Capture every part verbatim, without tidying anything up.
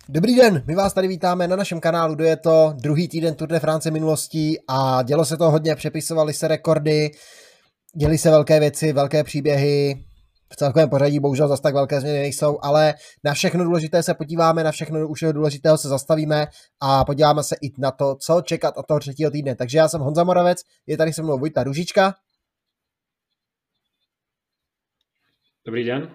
Dobrý den, my vás tady vítáme na našem kanálu, kdo je to druhý týden Tour de France minulostí a dělo se to hodně, přepisovaly se rekordy, děly se velké věci, velké příběhy, v celkovém pořadí bohužel zase tak velké změny nejsou, ale na všechno důležité se podíváme, na všechno už důležitého se zastavíme a podíváme se i na to, co čekat od toho třetího týdne. Takže já jsem Honza Moravec, je tady se mnou Vojta Růžička. Dobrý den.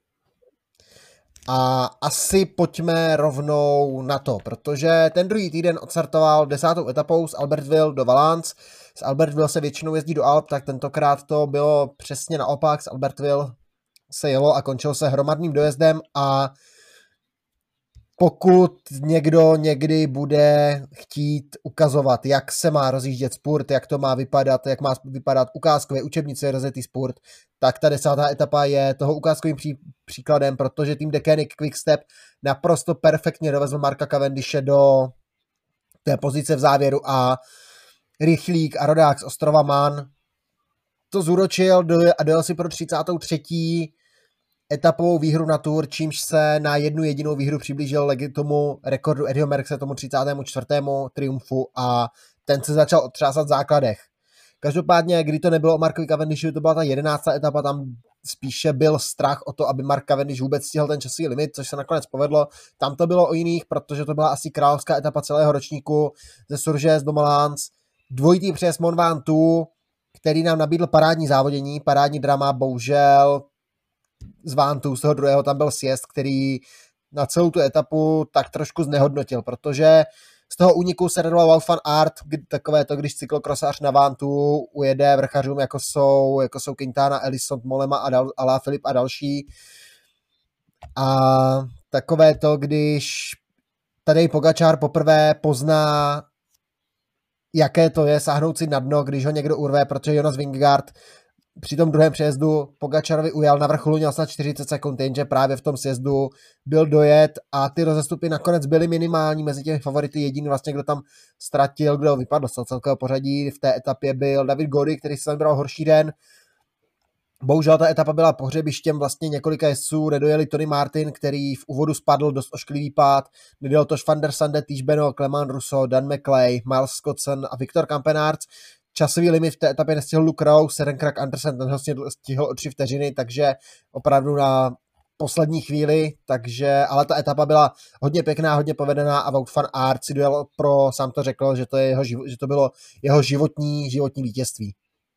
A asi pojďme rovnou na to, protože ten druhý týden odstartoval desátou etapou z Albertville do Valence. Z Albertville se většinou jezdí do Alp, tak tentokrát to bylo přesně naopak. Z Albertville se jelo a končilo se hromadným dojezdem a pokud někdo někdy bude chtít ukazovat, jak se má rozjíždět spurt, jak to má vypadat, jak má vypadat ukázkově učebnice rozjetý spurt, tak ta desátá etapa je toho ukázkovým pří, příkladem, protože tým Deceuninck Quickstep naprosto perfektně dovezl Marka Cavendishe do té pozice v závěru a rychlík a rodák z ostrova Man to zúročil a dojel si pro třicátou třetí etapovou výhru na Tour, čímž se na jednu jedinou výhru přiblížil tomu rekordu Eddieho Merckxe, tomu třicátému čtvrtému triumfu a ten se začal otřásat v základech. Každopádně, kdy to nebylo o Markovi Cavendishovi, to byla ta jedenáctá etapa, tam spíše byl strach o to, aby Mark Cavendish vůbec stihl ten časový limit, což se nakonec povedlo. Tam to bylo o jiných, protože to byla asi královská etapa celého ročníku ze Surges do Malans, dvojitý přes Mont Ventoux, který nám nabídl parádní závodění, parádní drama, bohužel z Ventoux, z toho druhého tam byl sjezd, který na celou tu etapu tak trošku znehodnotil, protože z toho úniku se radoval Wout van Aert, takové to, když cyklokrosář na Ventoux ujede vrchařům, jako jsou, jako jsou Quintana, Elisson, Mollema a dal, Alaphilippe a další. A takové to, když tady Pogačar poprvé pozná, jaké to je sáhnout si na dno, když ho někdo urve, protože Jonas Vingegaard při tom druhém přejezdu Pogačarovi ujel na vrcholu, měl snad čtyřicet sekund, jenže právě v tom sjezdu byl dojet a ty rozestupy nakonec byly minimální mezi těmi favority. Jediný vlastně, kdo tam ztratil, kdo vypadl z celkového pořadí v té etapě, byl David Gody, který si tam bral horší den. Bohužel ta etapa byla pohřebištěm vlastně několika jezdců, nedojeli Tony Martin, který v úvodu spadl, dost ošklivý pád, nedojel tož Van der Sande, Tish Benoot, Clement Rousseau, Dan McLay, Miles Scottson a Viktor Kampenaerts. Časový limit v té etapě nestihl Luke Rowe, Søren Kragh Andersen, ten ho stihl o tři vteřiny, takže opravdu na poslední chvíli, takže, ale ta etapa byla hodně pěkná, hodně povedená a Wout van Aert si dojel pro, sám to řekl, že to, je jeho, že to bylo jeho životní, životní vítězství.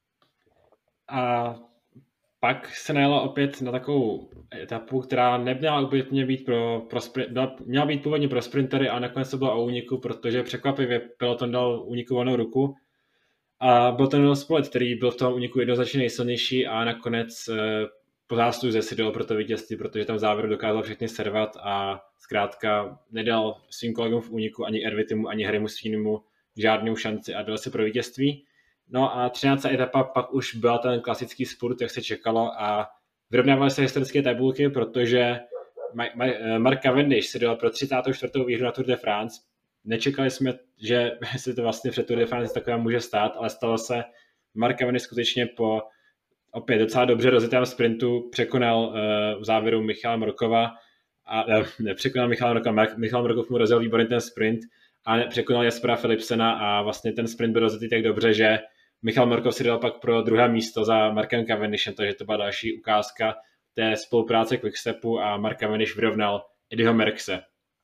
A pak se najelo opět na takovou etapu, která neměla úplně být pro, pro sprint, měla být původně pro sprintery a nakonec to bylo o úniku, protože překvapivě peloton dal úniku volnou ruku. A byl ten Will Spolet, který byl v tom úniku jednoznačně nejsilnější a nakonec eh, po zásluze si dal pro to vítězství, protože tam v závěru dokázal všechny servat a zkrátka nedal svým kolegům v úniku ani Ervitimu, ani Harrymu Sweeneymu žádnou šanci a dal si pro vítězství. No a třináctá etapa pak už byla ten klasický spurt, jak se čekalo a vyrovnávaly se historické tabulky, protože Mark Cavendish si dal pro třicátou čtvrtou výhru na Tour de France. Nečekali jsme, že se to vlastně před Tour de France takové může stát, ale stalo se. Mark Cavendish skutečně po opět docela dobře rozjetém sprintu překonal uh, v závěru Michala Morkova a uh, nepřekonal Michala Morkova, Michal Morkov mu rozjel výborný ten sprint a překonal Jespera Philipsena a vlastně ten sprint byl rozjetý tak dobře, že Michal Morkov si dal pak pro druhé místo za Markem Cavendishem, takže to byla další ukázka té spolupráce Quickstepu a Mark Cavendish vyrovnal Eddieho Merckxe.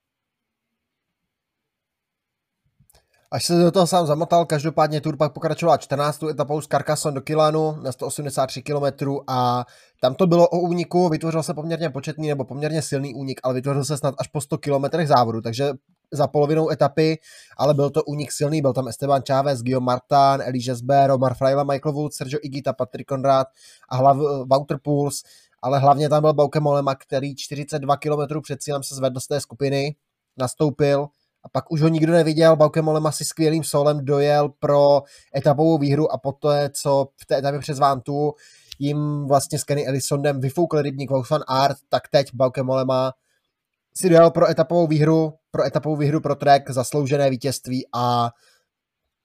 Až se do toho sám zamotal, každopádně Tour pak pokračovala čtrnáctou etapou z Carcassonne do Quilanu na sto osmdesát tři kilometrů a tam to bylo o úniku, vytvořil se poměrně početný nebo poměrně silný únik, ale vytvořil se snad až po sto kilometrech závodu, takže za polovinou etapy, ale byl to únik silný, byl tam Esteban Chávez, Guillaume Martin, Elie Gesbert, Omar Fraile, Michael Woods, Sergio Higuita, Patrick Conrad a hlav, Wouter Poels, ale hlavně tam byl Bauke Mollema, který čtyřicet dva kilometrů před cílem se zvedl z té skupiny, nastoupil a pak už ho nikdo neviděl. Bauke Mollema si skvělým solem dojel pro etapovou výhru a poté, co v té etapě přes Ventoux jim vlastně s Kenny Elissondem vyfoukl rybník Wout van Aert, tak teď Bauke Mollema si dojel pro etapovou výhru, pro etapovou výhru pro Trek, zasloužené vítězství a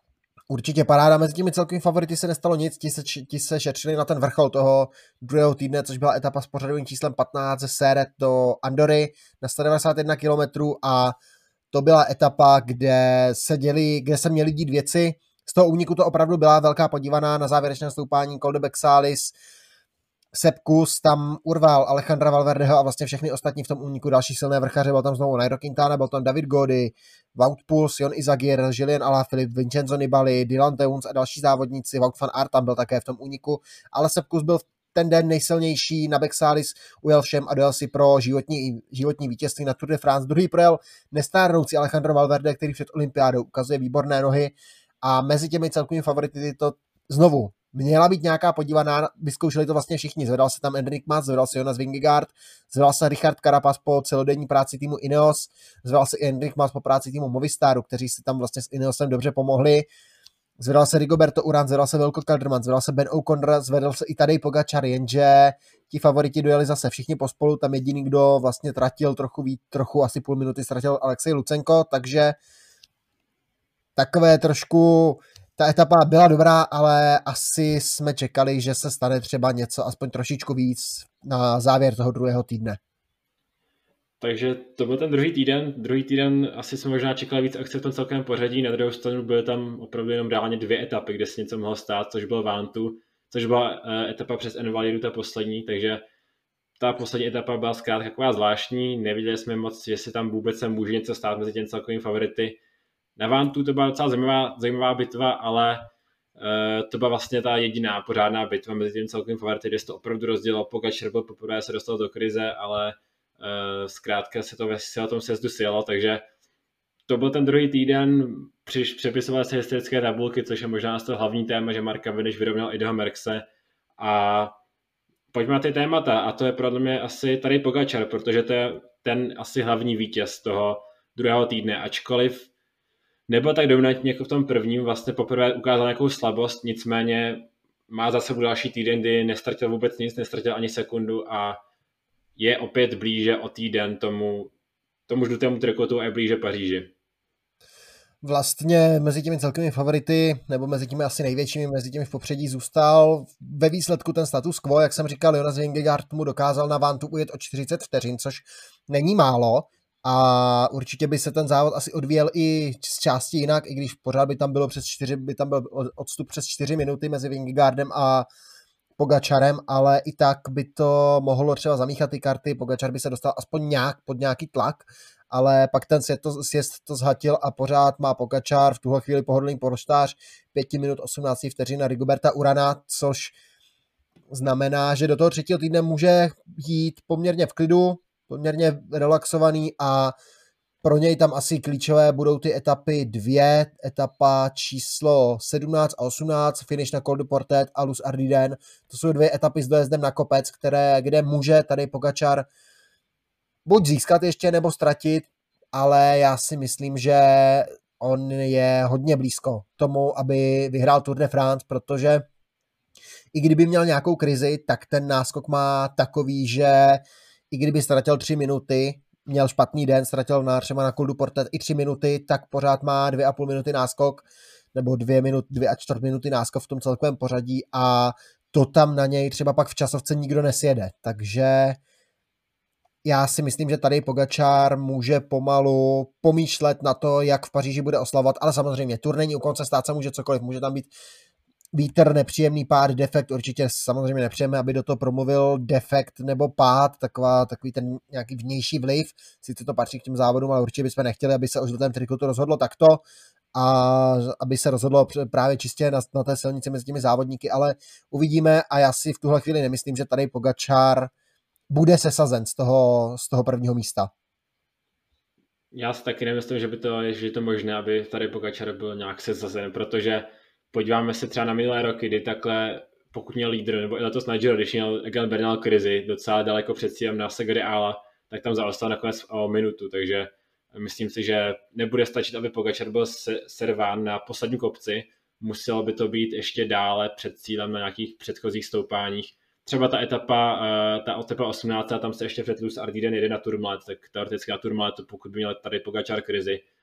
Určitě paráda, mezi těmi celkovými favority se nestalo nic, ti se, ti se šetřili na ten vrchol toho druhého týdne, což byla etapa s pořadovým číslem patnáct ze Serret do Andory na sto devadesát jedna kilometrů a to byla etapa, kde se, děli, kde se měli dít věci. Z toho úniku to opravdu byla velká podívaná na závěrečné stoupání Col de Bexalis. Sepp Kuss tam urval Alejandra Valverdeho a vlastně všechny ostatní v tom úniku další silné vrchaře. Byl tam znovu Nairo Quintana, byl tam David Gody, Wout Poels, Jon Izagirre, Julien Alaphilippe, Vincenzo Nibali, Dylan Teuns a další závodníci. Wout van Aert tam byl také v tom úniku, ale Sepp Kuss byl ten den nejsilnější na Bexalis, ujel všem a dojel si pro životní, životní vítězství na Tour de France. Druhý projel nestárnoucí Alejandro Valverde, který před olympiádou ukazuje výborné nohy a mezi těmi celkovými favority to znovu měla být nějaká podívaná, vyzkoušeli to vlastně všichni. Zvedal se tam Enric Mas, zvedal se Jonas Vingegaard, zvedal se Richard Carapaz po celodenní práci týmu Ineos, zvedal se i Enric Mas po práci týmu Movistaru, kteří si tam vlastně s Ineosem dobře pomohli. Zvedal se Rigoberto Urán, zvedal se Wilco Kelderman, zvedal se Ben O'Connor, zvedal se i Tadej Pogačar, jenže ti favoriti dojeli zase všichni pospolu, tam jediný, kdo vlastně tratil trochu víc, trochu asi půl minuty ztratil Alexej Lucenko, takže takové trošku, ta etapa byla dobrá, ale asi jsme čekali, že se stane třeba něco aspoň trošičku víc na závěr toho druhého týdne. Takže to byl ten druhý týden. Druhý týden asi jsme možná čekali víc akce v tom celkovém pořadí. Na druhou stranu byly tam opravdu jenom reálně dvě etapy, kde se něco mohlo stát, což byl Vantu, což byla etapa přes Invalidu, ta poslední, takže ta poslední etapa byla zkrátka taková zvláštní. Neviděli jsme moc, jestli tam vůbec se může něco stát mezi těmi celkovými favority. Na Vantu to byla docela zajímavá, zajímavá bitva, ale uh, to byla vlastně ta jediná pořádná bitva mezi těmi celkovými favority, kde se to opravdu rozdělilo. Pogačar byl poprvé, se dostal do krize, ale Uh, zkrátka se to ve tom sjezdu sjelo, takže to byl ten druhý týden, přiš přepisovaly se historické tabulky, což je možná to hlavní téma, že Mark Cavendish vyrovnal Idaho Merckxe a pojďme na ty témata a to je pro mě asi tady Pogačar, protože to je ten asi hlavní vítěz toho druhého týdne, ačkoliv nebyl tak dominantní jako v tom prvním, vlastně poprvé ukázal nějakou slabost, nicméně má za sebou další týden, kdy nestratil vůbec nic, nestratil ani sekundu a je opět blíže o týden tomu, tomu žlutému trikotu a je blíže Paříži. Vlastně mezi těmi celkovými favority, nebo mezi těmi asi největšími, mezi těmi v popředí zůstal ve výsledku ten status quo, jak jsem říkal, Jonas Vingegaard mu dokázal na Vantu ujet o čtyřicet vteřin, což není málo a určitě by se ten závod asi odvíjel i z části jinak, i když pořád by tam bylo přes čtyři, by tam byl odstup přes čtyři minuty mezi Vingegaardem a Pogačarem, ale i tak by to mohlo třeba zamíchat ty karty, Pogačar by se dostal aspoň nějak pod nějaký tlak, ale pak ten sjezd to, sjezd to zhatil a pořád má Pogačar v tuhle chvíli pohodlný polštář pět minut osmnáct vteřin na Rigoberta Urana, což znamená, že do toho třetího týdne může jít poměrně v klidu, poměrně relaxovaný a pro něj tam asi klíčové budou ty etapy dvě, etapa číslo sedmnáct a osmnáct, finish na Col du Portet a Luz Ardiden. To jsou dvě etapy s dojezdem na kopec, které, kde může tady Pogačar buď získat ještě nebo ztratit, ale já si myslím, že on je hodně blízko tomu, aby vyhrál Tour de France, protože i kdyby měl nějakou krizi, tak ten náskok má takový, že i kdyby ztratil tři minuty, měl špatný den, ztratil na třeba na Col du Portet i tři minuty, tak pořád má dvě a půl minuty náskok, nebo dvě, minut, dvě a čtvrt minuty náskok v tom celkovém pořadí a to tam na něj třeba pak v časovce nikdo nesjede. Takže já si myslím, že tady Pogačar může pomalu pomýšlet na to, jak v Paříži bude oslavovat, ale samozřejmě Tour není u konce, stát se může cokoliv, může tam být vítr, nepříjemný pád, defekt, určitě samozřejmě nepřejeme, aby do toho promluvil defekt nebo pád, taková, takový ten nějaký vnější vliv, sice to patří k těm závodům, ale určitě bychom nechtěli, aby se o žlutém trikotu rozhodlo takto a aby se rozhodlo právě čistě na, na té silnici mezi těmi závodníky, ale uvidíme a já si v tuhle chvíli nemyslím, že tady Pogačar bude sesazen z toho, z toho prvního místa. Já si taky nemyslím, že by to, že je to možné, aby tady Pogačar byl nějak sesazen, protože podíváme se třeba na minulé roky, kdy takhle, pokud měl lídr, nebo i letos na Giro, když měl Egan Bernal krizi docela daleko před cílem na Segreala, tak tam zaostal nakonec o minutu, takže myslím si, že nebude stačit, aby Pogačar byl serván na poslední kopci, muselo by to být ještě dále před cílem na nějakých předchozích stoupáních. Třeba ta etapa, ta etapa osmnáct, tam se ještě před Luz Ardiden jede na Tourmalet, tak teoreticky na Tourmalet, pokud by měl tady Pogačar krizi,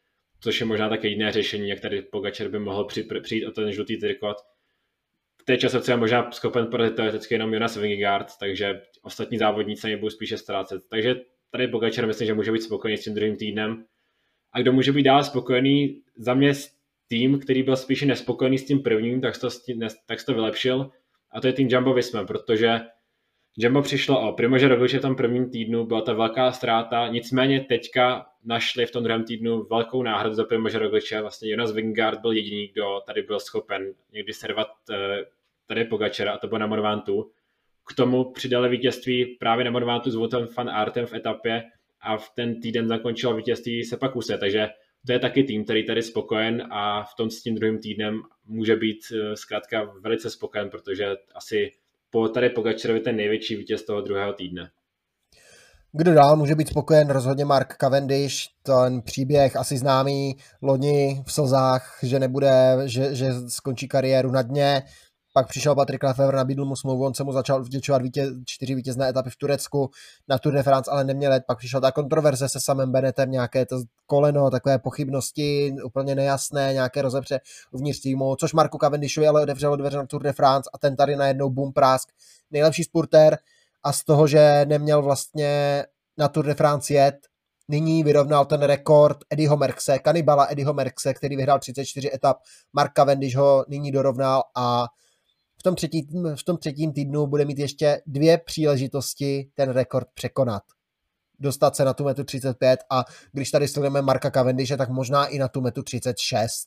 což je možná také jediné řešení, jak tady Pogačar by mohl přijít o ten žlutý trikot. V té časovce je možná schopen porazit teoreticky jenom Jonas Vingegaard, takže ostatní závodníci nebudou spíše ztrácet. Takže tady Pogačar myslím, že může být spokojený s tím druhým týdnem. A kdo může být dál spokojený, za mě tým, který byl spíše nespokojený s tím prvním, tak to, tak to vylepšil. A to je tým Jumbo Visma, protože Jumbo přišlo o Primože Rogliče v tom prvním týdnu, byla to velká ztráta, nicméně teďka našli v tom druhém týdnu velkou náhradu za Primože Rogliče. Vlastně Jonas Vingegaard byl jediný, kdo tady byl schopen někdy servat tady Pogačara, a to bylo na Mont-Ventoux. K tomu přidali vítězství právě na Mont-Ventoux s Woutem van Aertem v etapě a v ten týden zakončilo vítězství Seppa Kusse, takže to je taky tým, který tady spokojen a v tom s tím druhým týdnem může být zkrátka velice spokojen, protože asi po tady Pogačarovi ten největší vítěz toho druhého týdne. Kdo dál může být spokojen? Rozhodně Mark Cavendish, ten příběh asi známý, loni v slzách, že nebude, že, že skončí kariéru na dně. Pak přišel Patrick Lefevre, nabídl mu smlouvu, on se mu začal vděčovat vítěz, čtyři vítězné etapy v Turecku, na Tour de France ale neměl let. Pak přišel ta kontroverze se samým Benettem, nějaké to koleno, takové pochybnosti, úplně nejasné, nějaké rozepře uvnitř týmu, což Marku Cavendishovi ale otevřelo dveře na Tour de France a ten tady najednou boom prásk, nejlepší spurter a z toho, že neměl vlastně na Tour de France jet, nyní vyrovnal ten rekord Eddieho Merckxe, kanibala Eddieho Merckxe, který vyhrál třicet čtyři etap, Mark Cavendish ho nyní dorovnal a v tom, třetí, v tom třetím týdnu bude mít ještě dvě příležitosti ten rekord překonat. Dostat se na tu metu třicet pět a když tady sledujeme Marka Cavendishe, tak možná i na tu metu třicet šest.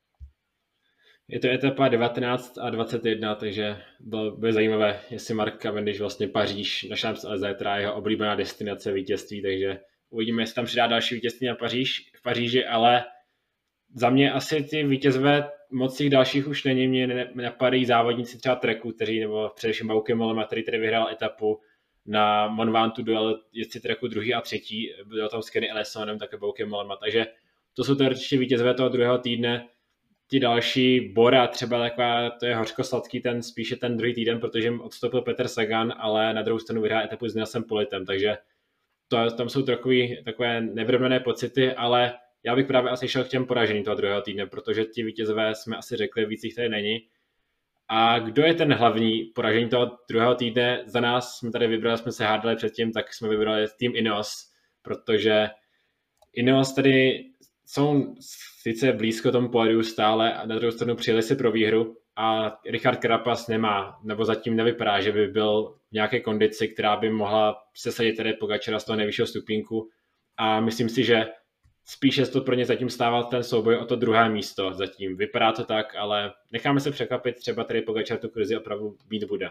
Je to etapa devatenáct a dvacet jedna, takže bylo, bylo zajímavé, jestli Mark Cavendish vlastně Paříž na Champs-Élysées, která je jeho oblíbená destinace vítězství, takže uvidíme, jestli tam přidá další vítězství na Paříž, v Paříži, ale za mě asi ty vítězové moc těch dalších už není, mě napadají závodníci třeba Treku, kteří, nebo především Bauke Mollema, který tady vyhrál etapu na Mont Ventoux, dojel jezdci Treku druhý a třetí, byl tam s Kenny Ellissonem, také Bauke Mollema, takže to jsou teoreticky vítězové toho druhého týdne. Ti další, Bora třeba taková, to je hořkosladký ten, spíše ten druhý týden, protože jim odstoupil Peter Sagan, ale na druhou stranu vyhrál etapu s Nilsem Politem, takže to, tam jsou takový, takové nevyrovnané pocity, ale já bych právě asi šel k těm poraženým toho druhého týdne, protože ti vítězové jsme asi řekli, víc jich tady není. A kdo je ten hlavní poražení toho druhého týdne? Za nás jsme tady vybrali, jsme se hádali předtím, tak jsme vybrali tým Ineos, protože Ineos tady jsou sice blízko tomu pódiu stále a na druhou stranu přijeli si pro výhru a Richard Carapaz nemá, nebo zatím nevypadá, že by byl v nějaké kondici, která by mohla sesadit tady Pogačara z toho nejvyššího stupínku a myslím si, že spíše to pro ně zatím stával ten souboj o to druhé místo zatím. Vypadá to tak, ale necháme se překvapit, třeba tady Pogačar tu krizi opravdu být bude.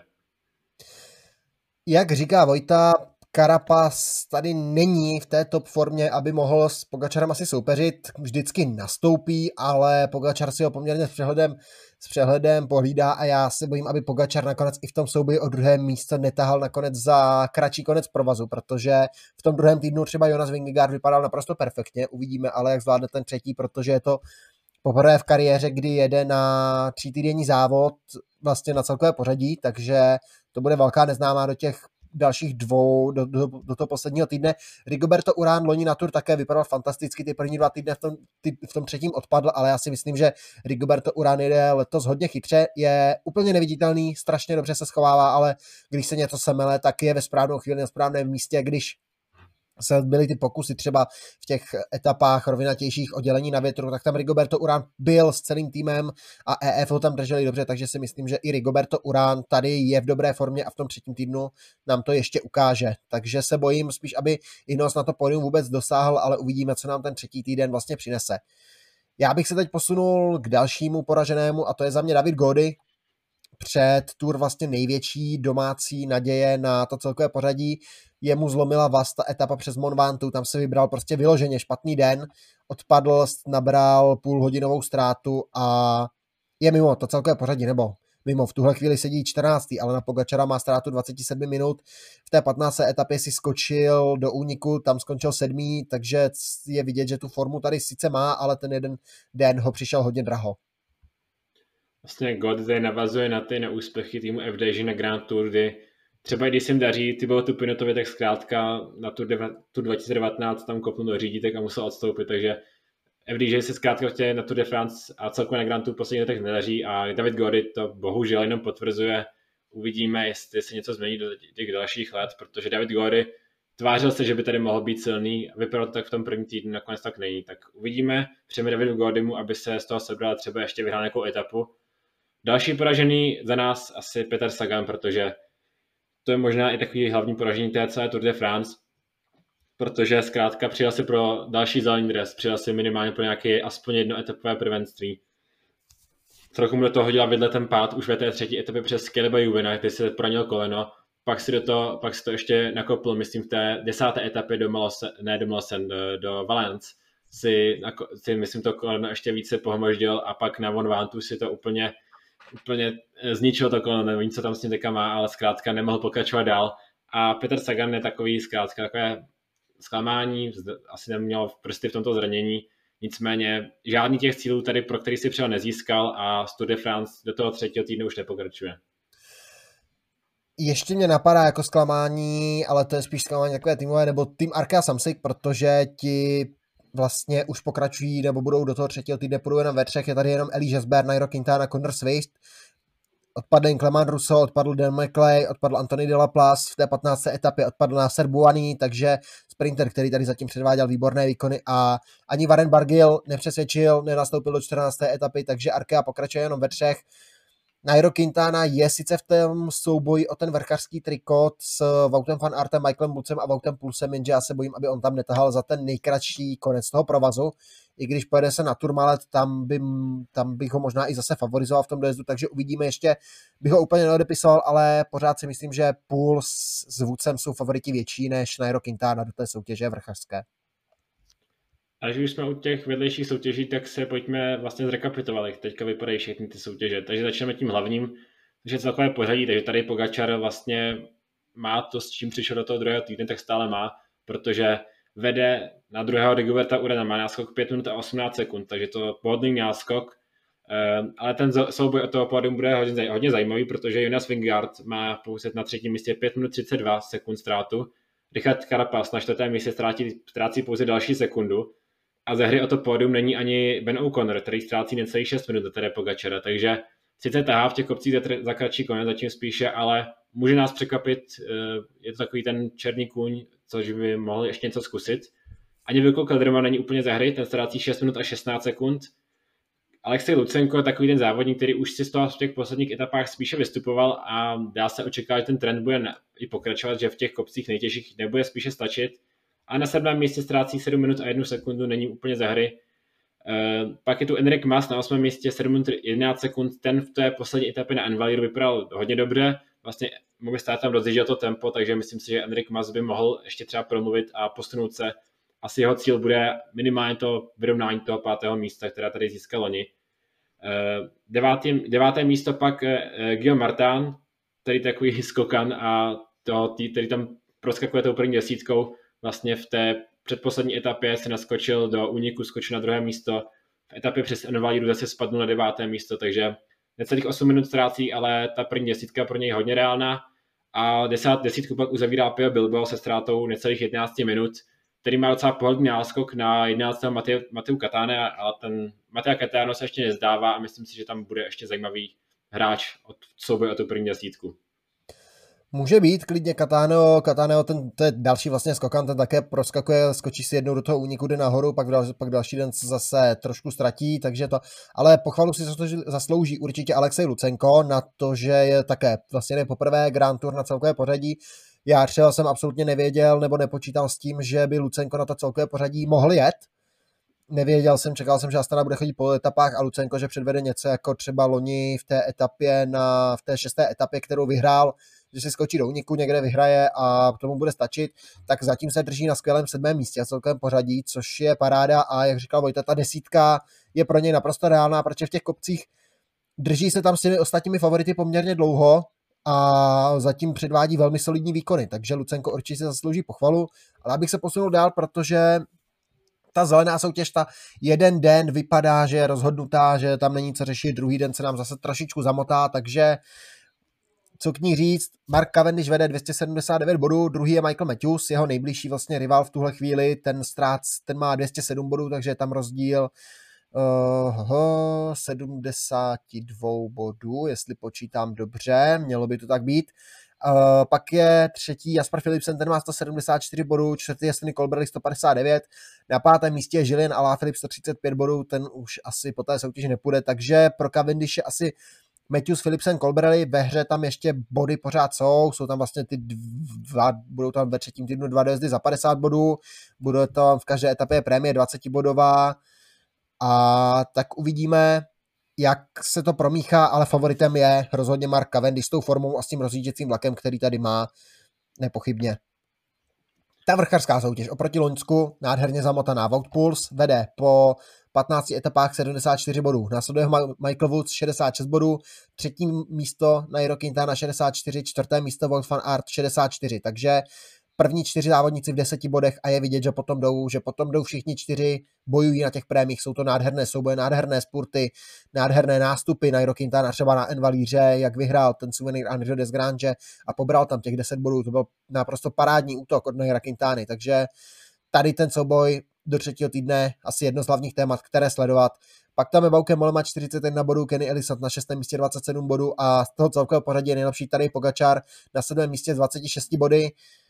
Jak říká Vojta, Carapaz tady není v té top formě, aby mohl s Pogačarem asi soupeřit. Vždycky nastoupí, ale Pogačar si ho poměrně s přehledem, s přehledem pohlídá a já se bojím, aby Pogačar nakonec i v tom souboji o druhé místo netahal nakonec za kratší konec provazu, protože v tom druhém týdnu třeba Jonas Vingegaard vypadal naprosto perfektně. Uvidíme ale, jak zvládne ten třetí, protože je to poprvé v kariéře, kdy jede na třítýdenní závod vlastně na celkové pořadí, takže to bude velká neznámá do těch dalších dvou, do, do, do toho posledního týdne. Rigoberto Urán loni na Tour také vypadal fantasticky, ty první dva týdny v tom, ty, v tom třetím odpadl, ale já si myslím, že Rigoberto Urán jede letos hodně chytře, je úplně neviditelný, strašně dobře se schovává, ale když se něco semele, tak je ve správnou chvíli na správném místě, když se byly ty pokusy třeba v těch etapách rovinatějších oddělení na větru, tak tam Rigoberto Urán byl s celým týmem a E F ho tam drželi dobře, takže si myslím, že i Rigoberto Urán tady je v dobré formě a v tom třetím týdnu nám to ještě ukáže. Takže se bojím spíš, aby Ineos na to pódium vůbec dosáhl, ale uvidíme, co nám ten třetí týden vlastně přinese. Já bych se teď posunul k dalšímu poraženému a to je za mě David Gaudy. Před Tour vlastně největší domácí naděje na to celkové pořadí. Jemu zlomila vaz ta etapa přes Mont Ventoux, tam se vybral prostě vyloženě špatný den, odpadl, nabral půlhodinovou ztrátu a je mimo to celkové pořadí, nebo mimo, v tuhle chvíli sedí čtrnáctý, ale na Pogačara má ztrátu dvacet sedm minut, v té patnácté etapě si skočil do úniku, tam skončil sedmý, takže je vidět, že tu formu tady sice má, ale ten jeden den ho přišel hodně draho. Vlastně God tady navazuje na ty neúspěchy týmu F D Ž na Grand Tour, kdy třeba když se jim daří Thibaut Pinottovi, tak zkrátka na Tour dva tisíce devatenáct tam kopnul do řídítek a musel odstoupit, takže F D J se zkrátka na Tour de France a celkově na Grand Tour posledních letech nedaří a David Gody to bohužel jenom potvrzuje. Uvidíme, jestli se něco změní do těch dalších let, protože David Gody tvářil se, že by tady mohl být silný, vypadalo to tak v tom první týdnu, nakonec tak není. Tak uvidíme, přejeme Davidu Godymu, aby se z toho sebral třeba ještě vyhrál nějakou etapu. Další poražený za nás asi Peter Sagan, protože to je možná i takový hlavní poražení té celé Tour de France, protože zkrátka přijel si pro další zelený dres, přijel si minimálně pro nějaké aspoň jedno etapové prvenství. Trochu mu do toho hodila vidle ten pád už ve té třetí etapě přes Caleba Ewana, kde se poranil koleno, pak si, do toho, pak si to ještě nakopl, myslím, v té desáté etapě do Malose, ne do Malosen, do, do Valence, si, si, myslím, to koleno ještě více pohmoždil a pak na Von Vantu si to úplně, úplně zničil to koleno, nevím, co tam s ním teďka má, ale zkrátka nemohl pokračovat dál. A Peter Sagan je takový zkrátka takové zklamání, asi neměl prsty v tomto zranění, nicméně žádný těch cílů tady, pro který si přijel, nezískal a Tour de France do toho třetího týdnu už nepokračuje. Ještě mě napadá jako zklamání, ale to je spíš zklamání takové týmové, nebo tým Arkea Samsic, protože ti vlastně už pokračují, nebo budou do toho třetího týdne, půjdou jenom ve třech, je tady jenom Elie Jasper, Nairo Quintana, Conor Swift, odpadl jim Clement Rousseau, odpadl Dan McLay, odpadl Anthony de la Place, v té patnácté etapě odpadl Nasser Bouhanni, takže sprinter, který tady zatím předváděl výborné výkony a ani Warren Barguil nepřesvědčil, nenastoupil do čtrnácté etapy, takže Arkea pokračuje jenom ve třech. Nairo Quintana je sice v tom souboji o ten vrchařský trikot s Woutem van Aertem, Michaelem Bucem a Woutem Pulsem, jenže já se bojím, aby on tam netahal za ten nejkratší konec toho provazu. I když pojede se na Tourmalet, tam, by, tam bych ho možná i zase favorizoval v tom dojezdu, takže uvidíme ještě, bych ho úplně neodepisoval, ale pořád si myslím, že Puls s Woodsem jsou favoriti větší než Nairo Quintana do té soutěže vrchařské. A když už jsme u těch vedlejších soutěží, tak se pojďme vlastně zrekapitulovat, jak teďka vypadají všechny ty soutěže. Takže začneme tím hlavním, takže celkové pořadí, takže tady Pogačar vlastně má to, s čím přišel do toho druhého týdne, tak stále má, protože vede na druhého Rigoberta Urana, má náskok pět minut a osmnáct sekund, takže to pohodlný náskok, ale ten souboj od toho pódium bude hodně, hodně zajímavý, protože Jonas Vingegaard má pouze na třetím místě pět minut třicet dva sekund ztrátu, Richard Carapaz na čtvrtém místě ztrácí, ztrácí pouze další sekundu, a ze hry o to pódium není ani Ben O'Connor, který ztrácí necelých šest minut do té Pogačara, takže sice tahá v těch kopcích za kratší konec, zatím spíše, ale může nás překvapit, je to takový ten černý kůň, což by mohl ještě něco zkusit. Ani Vilko Kelderman není úplně ze hry, ten ztrácí šest minut a šestnáct sekund. Alexej Lucenko je takový ten závodník, který už si z toho v těch posledních etapách spíše vystupoval a dá se očekávat, že ten trend bude i pokračovat, že v těch kopcích nejtěžších nebude spíše stačit. A na sedmém místě ztrácí sedm minut a jednu sekundu, není úplně za hry. E, pak je tu Enric Mas na osmém místě sedm minut jedenáct sekund, ten v té poslední etapě na Envaliru vypadal hodně dobře, vlastně mohl stát tam rozjíždět to tempo, takže myslím si, že Enric Mas by mohl ještě třeba promluvit a posunout se. Asi jeho cíl bude minimálně to vyrovnání toho pátého místa, která tady získal loni. E, devátý, deváté místo pak e, Guillaume Martin, který takový skokan a toho, tý, který tam proskakuje tou první desítkou. Vlastně v té předposlední etapě se naskočil do úniku, skočil na druhé místo. V etapě přes Envaliru zase spadnul na deváté místo, takže necelých osm minut ztrácí, ale ta první desítka pro něj je hodně reálná. A desát, desítku pak uzavírá Pio Bilbao se ztrátou necelých jedenáct minut, který má docela pohodlný náskok na jedenáctého Mateu Catane, ale ten Matteo Catano se ještě nezdává a myslím si, že tam bude ještě zajímavý hráč od souboje o tu první desítku. Může být klidně Catano, Catano ten, to je další vlastně skokan, ten také proskakuje, skočí si jednou do toho úniku, jde nahoru, pak, dal, pak další den se zase trošku ztratí, takže to, ale pochvalu si zaslouží určitě Alexej Lucenko na to, že je také vlastně poprvé Grand Tour na celkové pořadí. Já třeba jsem absolutně nevěděl nebo nepočítal s tím, že by Lucenko na to celkové pořadí mohl jet. Nevěděl jsem, čekal jsem, že Astana bude chodit po etapách a Lucenko, že předvede něco jako třeba loni v té etapě, na, v té šesté etapě, kterou vyhrál, že si skočí do úniku, někde vyhraje a tomu bude stačit, tak zatím se drží na skvělém sedmém místě a celkovém pořadí, což je paráda a jak říkal Vojta, ta desítka je pro něj naprosto reálná, protože v těch kopcích drží se tam s těmi ostatními favority poměrně dlouho a zatím předvádí velmi solidní výkony, takže Lucenko určitě si zaslouží pochvalu, ale abych se posunul dál, protože ta zelená soutěž, ta jeden den vypadá, že je rozhodnutá, že tam není co řešit, druhý den se nám zase trošičku zamotá, takže co k ní říct, Mark Cavendish vede dvě stě sedmdesát devět bodů, druhý je Michael Matthews, jeho nejbližší vlastně rival v tuhle chvíli, ten ztrát, ten má dvě stě sedm bodů, takže je tam rozdíl uh, sedmdesát dva bodů, jestli počítám dobře, mělo by to tak být. Uh, pak je třetí Jasper Philipsen, ten má sto sedmdesát čtyři bodů, čtvrtý je Stanley Colbrelli sto padesát devět, na pátém místě je Julien Alaphilippe sto třicet pět bodů, ten už asi po té soutěži nepůjde, takže pro Cavendish je asi Matthews, Philipsen, Colbrelli, ve hře tam ještě body pořád jsou, jsou tam vlastně ty dva, budou tam ve třetím týdnu dva dojezdy za padesát bodů, bude tam v každé etapě prémie dvacetibodová a tak uvidíme, jak se to promíchá, ale favoritem je rozhodně Mark Cavendish s tou formou a s tím rozjížděcím vlakem, který tady má nepochybně. Ta vrchařská soutěž oproti Loňsku, nádherně zamotaná. Wout Poels vede po patnácti etapách sedmdesát čtyři bodů. Následuje Michael Woods šedesát šest bodů, třetí místo Nairo Quintana šedesát čtyři, čtvrté místo Wout van Aert šedesát čtyři. Takže první čtyři závodníci v deseti bodech a je vidět, že potom jdou, že potom jdou všichni čtyři, bojují na těch prémích, jsou to nádherné souboje, nádherné spurty, nádherné nástupy. Nairo Quintana třeba na Envalíře, jak vyhrál ten suvenýr Andrew Desgrange a pobral tam těch deset bodů, to byl naprosto parádní útok od Naira Quintany, takže tady ten souboj do třetího týdne asi jedno z hlavních témat, které sledovat. Pak tam je Bauke Mollema čtyřicet jedna bodů, Kenny Elissonde na šestém místě dvacet sedm bodů a z toho celkového pořadí je nejlepší tady Pogačar na sedmém místě s dvaceti šesti body.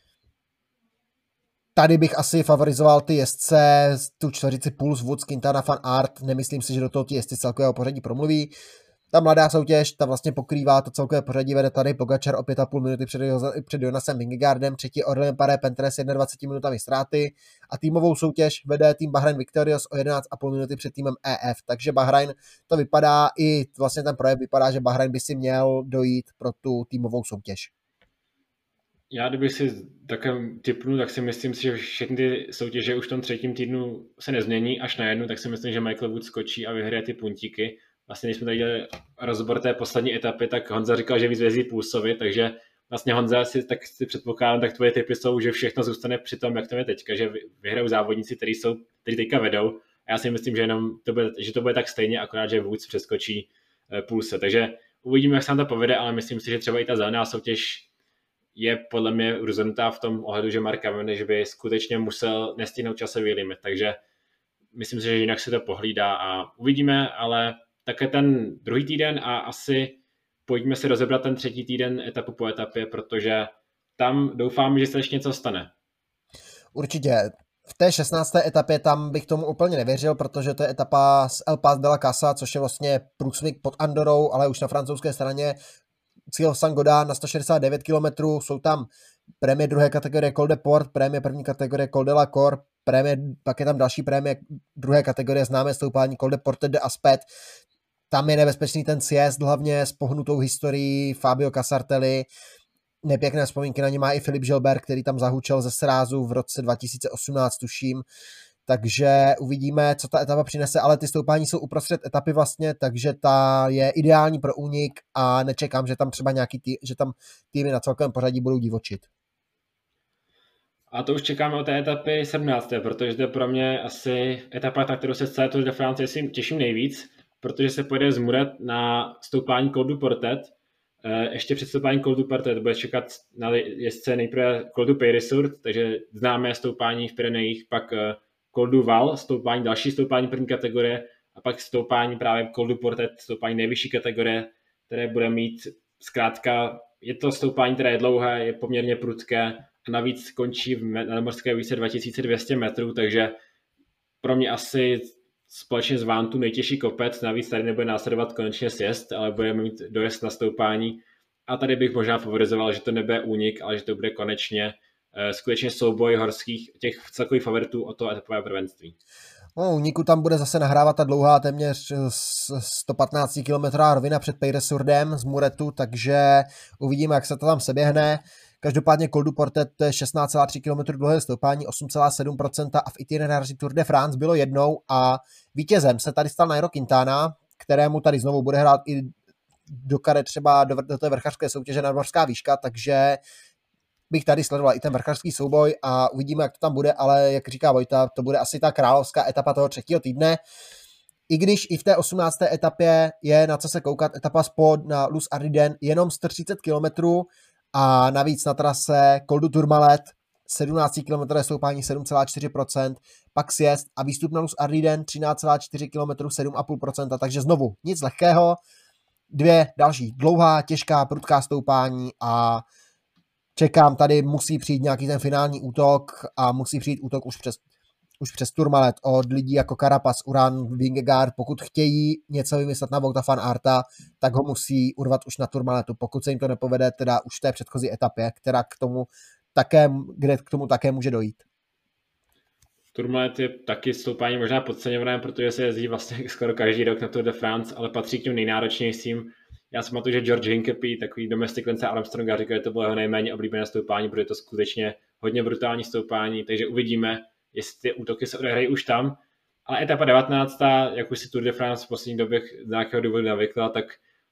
Tady bych asi favorizoval ty jezdce, tu čtveřici Poels, Woods, Quintana, Van Aert. Nemyslím si, že do toho ty jezdci celkového pořadí promluví. Ta mladá soutěž, ta vlastně pokrývá to celkové pořadí, vede tady Pogačar o pět a půl minuty před, před Jonasem Vingegaardem, třetí Orlen Paré Pentres dvacet jedna minutami ztráty a týmovou soutěž vede tým Bahrain Victorious o jedenáct a půl minuty před týmem E F. Takže Bahrain to vypadá, i vlastně ten projekt vypadá, že Bahrain by si měl dojít pro tu týmovou soutěž. Já kdybych si takém tipnu, tak si myslím si, že všechny ty soutěže už v tom třetím týdnu se nezmění až na jednu, tak si myslím, že Michael Woods skočí a vyhraje ty puntíky. Vlastně když jsme tady dělali rozbor té poslední etapy, tak Honza říkal, že víc vězí Poelsovi, takže vlastně Honza si tak si předpokládám, tak tvoje tipy jsou, že všechno zůstane při tom, jak to je teďka, že vyhrajou závodníci, kteří jsou, kteří teďka vedou. A já si myslím, že jenom to bude, že to bude tak stejně, akorát, že Woods přeskočí Poelse. Takže uvidíme, jak se nám to povede, ale myslím si, že třeba i ta zelená soutěž je podle mě rozhodnutá v tom ohledu, že Mark Cavendish by skutečně musel nestihnout časový limit, takže myslím si, že jinak se to pohlídá a uvidíme, ale také ten druhý týden a asi pojďme si rozebrat ten třetí týden etapu po etapě, protože tam doufám, že se ještě něco stane. Určitě. V té šestnácté etapě tam bych tomu úplně nevěřil, protože to je etapa z El Pas de la Casa, což je vlastně průsmyk pod Andorou, ale už na francouzské straně. Cíl Saint-Gaudens na sto šedesát devět kilometrů, jsou tam prémie druhé kategorie Col de Port, prémie první kategorie Col de la Cor, prémie, pak je tam další prémie druhé kategorie známé stoupání Col de Porte de Aspet. Tam je nebezpečný ten sjezd, hlavně s pohnutou historií Fabio Casartelli. Nepěkné vzpomínky na ně má i Filip Gilbert, který tam zahučel ze srázu v roce dva tisíce osmnáct, tuším. Takže uvidíme, co ta etapa přinese, ale ty stoupání jsou uprostřed etapy vlastně, takže ta je ideální pro únik a nečekám, že tam třeba nějaký tý, že tam týmy na celkovém pořadí budou divočit. A to už čekáme od té etapy sedmnácté protože to je pro mě asi etapa, na kterou se z celé Tour de France těším nejvíc, protože se pojede z Muret na stoupání Col du Portet. Ještě před stoupáním Col du Portet bude čekat na jezdce nejprve Col du Peyresourde, takže známé stoupání v Pyrenejích, pak Col du Val, stoupání, další stoupání první kategorie a pak stoupání právě Col du Portet, stoupání nejvyšší kategorie, které bude mít zkrátka, je to stoupání, které je dlouhé, je poměrně prudké a navíc končí v nadmořské výšce dva tisíce dvě stě metrů, takže pro mě asi společně s Vantu nejtěžší kopec, navíc tady nebude následovat konečně sjezd, ale budeme mít dojezd na stoupání a tady bych možná favorizoval, že to nebude únik, ale že to bude konečně skutečně souboj horských, těch celkových favoritů o to etapové prvenství. No, úniku tam bude zase nahrávat ta dlouhá téměř sto patnáct kilometrů rovina před Peyresourdem z Muretu, takže uvidíme, jak se to tam seběhne. Každopádně Col du Portet to je šestnáct celá tři kilometru dlouhé stoupání, osm celá sedm procenta a v itineráři Tour de France bylo jednou a vítězem se tady stal Nairo Quintana, kterému tady znovu bude hrát i do kare třeba do, do té vrchařské soutěže nadmořská výška, takže bych tady sledoval i ten vrchařský souboj a uvidíme, jak to tam bude, ale jak říká Vojta, to bude asi ta královská etapa toho třetího týdne. I když i v té osmnácté etapě je na co se koukat, etapa spod na Luz Ardiden jenom sto třicet kilometrů a navíc na trase Col du Tourmalet sedmnáct kilometrů stoupání sedm celá čtyři procenta, pak sjezd a výstup na Luz Ardiden třináct celá čtyři kilometrů sedm celá pět procenta, takže znovu nic lehkého, dvě další dlouhá, těžká, prudká stoupání a čekám, tady musí přijít nějaký ten finální útok a musí přijít útok už přes už přes Tourmalet od lidí jako Carapaz, Uran, Vingegaard, pokud chtějí něco vymyslet na Vouta van Aerta, tak ho musí urvat už na Tourmaletu, pokud se jim to nepovede teda už v té předchozí etapě, která k tomu také, kde k tomu také může dojít. Tourmalet je taky stoupání možná podceňované, protože se jezdí vlastně skoro každý rok na Tour de France, ale patří k těm nejnáročnějším. Já si pamatuju, že George Hincapie, takový domestik Lance Armstronga, říkal, že to bylo jeho nejméně oblíbené stoupání, protože je to skutečně hodně brutální stoupání, takže uvidíme, jestli ty útoky se odehrají už tam. Ale etapa devatenáctá, jak už si Tour de France v poslední době z nějakého důvodu navykla, tak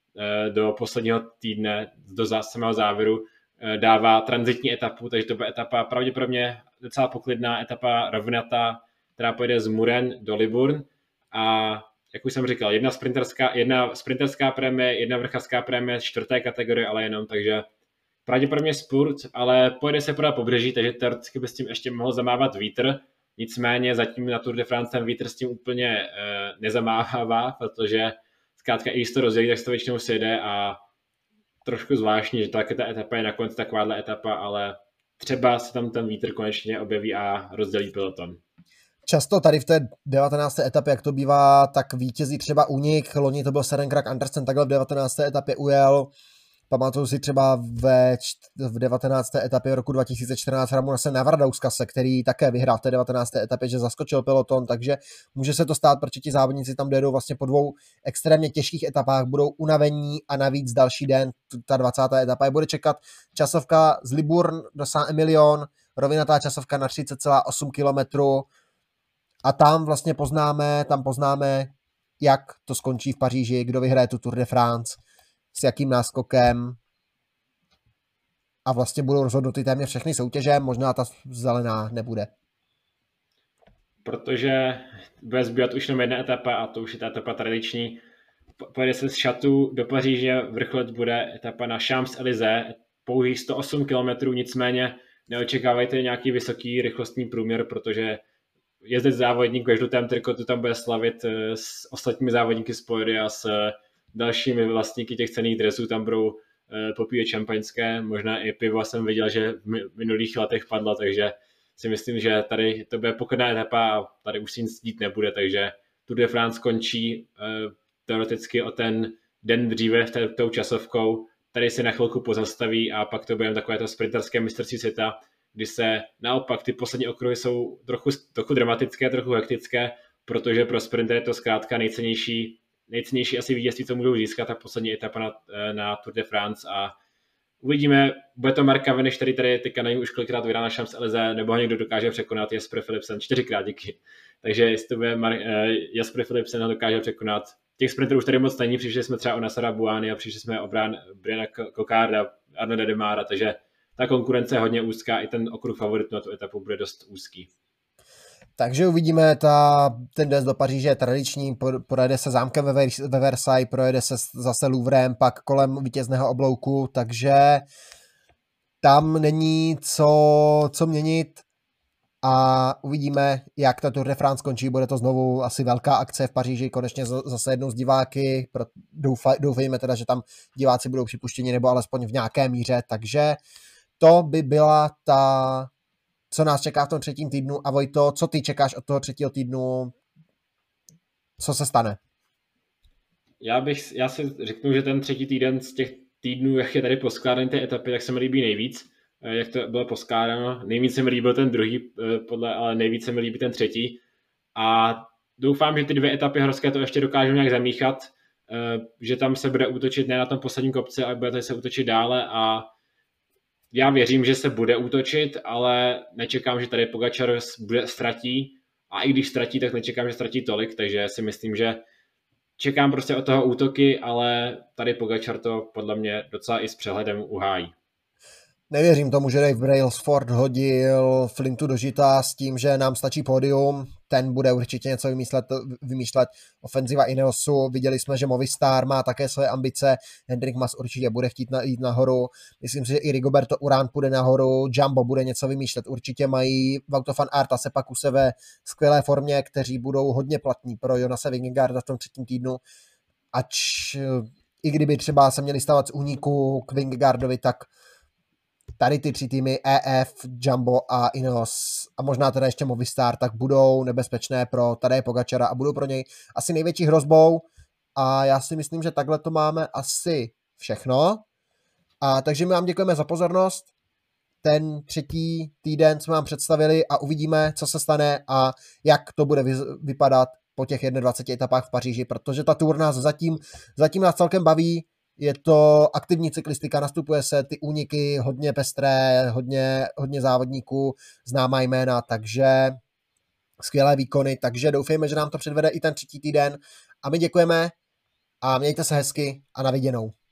do posledního týdne, do samého závěru, dává tranzitní etapu, takže to bude etapa pravděpodobně docela poklidná, etapa rovnatá, která pojede z Muren do Libourne a jak už jsem říkal, jedna sprinterská, jedna sprinterská prémie, jedna vrchařská prémie čtvrté kategorie, ale jenom, takže pravděpodobně spurt, ale pojede se podle pobřeží, takže teoreticky by s tím ještě mohl zamávat vítr, nicméně zatím na Tour de France ten vítr s tím úplně e, nezamává, protože zkrátka i když to rozdělí, tak se to většinou sjede a trošku zvláštní, že taky ta etapa je nakonec takováhle etapa, ale třeba se tam ten vítr konečně objeví a rozdělí peloton. Často tady v té devatenácté etapě, jak to bývá, tak vítězí třeba únik. Loni to byl Søren Kragh Andersen, takhle v devatenácté etapě ujel. Pamatuju si třeba ve, v devatenácté etapě roku dva tisíce čtrnáct Ramonase Navardauskase, který také vyhrál v té devatenácté etapě, že zaskočil peloton, takže může se to stát, protože ti závodníci tam dojedou vlastně po dvou extrémně těžkých etapách, budou unavení a navíc další den, ta dvacátá etapa je bude čekat časovka z Libourne do Saint-Emilion, rovinatá časovka na třicet celá osm kilometrů a tam vlastně poznáme, tam poznáme, jak to skončí v Paříži, kdo vyhraje tu Tour de France, s jakým náskokem a vlastně budou rozhodnuty téměř všechny soutěže, možná ta zelená nebude. Protože bude zbývat už jenom jedna etapa a to už je ta etapa tradiční. Pojede se z Château do Paříže, vrcholec bude etapa na Champs-Élysées, pouhých sto osm kilometrů, nicméně neočekávajte nějaký vysoký rychlostní průměr, protože jezdec závodník ve žlutém trikotu tam bude slavit s ostatními závodníky z pódia, s dalšími vlastníky těch cenných dresů, tam budou uh, popíjet šampaňské, možná i pivo jsem viděl, že v minulých letech padlo, takže si myslím, že tady to bude poklidná etapa a tady už si nic dít nebude, takže Tour de France končí uh, teoreticky o ten den dříve v tou časovkou, tady se na chvilku pozastaví a pak to bude takové to sprinterské mistrovství světa, kdy se naopak ty poslední okruhy jsou trochu, trochu dramatické, trochu hektické, protože pro sprinter je to zkrátka nejcennější nejcennější asi vítězství, co můžou získat, ta poslední etapa na, na Tour de France a uvidíme, bude to Mark Cavendish, který tady teďka nevím už kolikrát vyhrál na Champs-Élysées, nebo ho někdo dokáže překonat, Jasper Philipsen, čtyřikrát díky. Takže jestli to bude Mar- Jasper Philipsen ho dokáže překonat. Těch sprinterů už tady moc není, přišli jsme třeba o Nassara Bouhanni a přišli jsme o Briana Cocharda, Arnaуда Démara, takže ta konkurence je hodně úzká, i ten okruh favoritů na tu etapu bude dost úzký. Takže uvidíme, ta, ten dojezd do Paříže je tradiční, projede se zámkem ve, ve Versailles, projede se zase Louvrem, pak kolem vítězného oblouku, takže tam není co, co měnit a uvidíme, jak ta Tour de France končí, bude to znovu asi velká akce v Paříži, konečně zase jednou z diváky, doufaj, doufejme teda, že tam diváci budou připuštěni nebo alespoň v nějaké míře, takže to by byla ta co nás čeká v tom třetím týdnu. A Vojto, co ty čekáš od toho třetího týdnu? Co se stane? Já bych, já si řeknu, že ten třetí týden z těch týdnů, jak je tady poskládaný té etapy, tak se mi líbí nejvíc, jak to bylo poskládáno. Nejvíc se mi líbil ten druhý, podle, ale nejvíc se mi líbí ten třetí. A doufám, že ty dvě etapy horské to ještě dokážou nějak zamíchat, že tam se bude útočit ne na tom posledním kopci, ale bude se útočit dále a já věřím, že se bude útočit, ale nečekám, že tady Pogačar bude ztratí a i když ztratí, tak nečekám, že ztratí tolik, takže si myslím, že čekám prostě od toho útoky, ale tady Pogačar to podle mě docela i s přehledem uhájí. Nevěřím tomu, že Dave Brailsford hodil Flintu do žita s tím, že nám stačí pódium. Ten bude určitě něco vymýšlet, vymýšlet. Ofenziva Ineosu. Viděli jsme, že Movistar má také své ambice. Hendrik Mas určitě bude chtít jít nahoru. Myslím si, že i Rigoberto Urán půjde nahoru. Jumbo bude něco vymýšlet. Určitě mají Wout Aert a Sepa Kusse ve skvělé formě, kteří budou hodně platní pro Jonase Vingegaarda v tom třetím týdnu. Ač i kdyby třeba se měli stávat z úniku k Vingegaardovi, tak tady ty tři týmy E F, Jumbo a Ineos a možná teda ještě Movistar, tak budou nebezpečné pro Tadeje Pogačara a budou pro něj asi největší hrozbou a já si myslím, že takhle to máme asi všechno. A takže my vám děkujeme za pozornost. Ten třetí týden jsme vám představili a uvidíme, co se stane a jak to bude vypadat po těch dvaceti jedné etapách v Paříži, protože ta tour nás zatím, zatím nás celkem baví. Je to aktivní cyklistika, nastupuje se ty úniky hodně pestré, hodně, hodně závodníků, známá jména, takže skvělé výkony, takže doufejme, že nám to předvede i ten třetí týden a my děkujeme a mějte se hezky a na viděnou.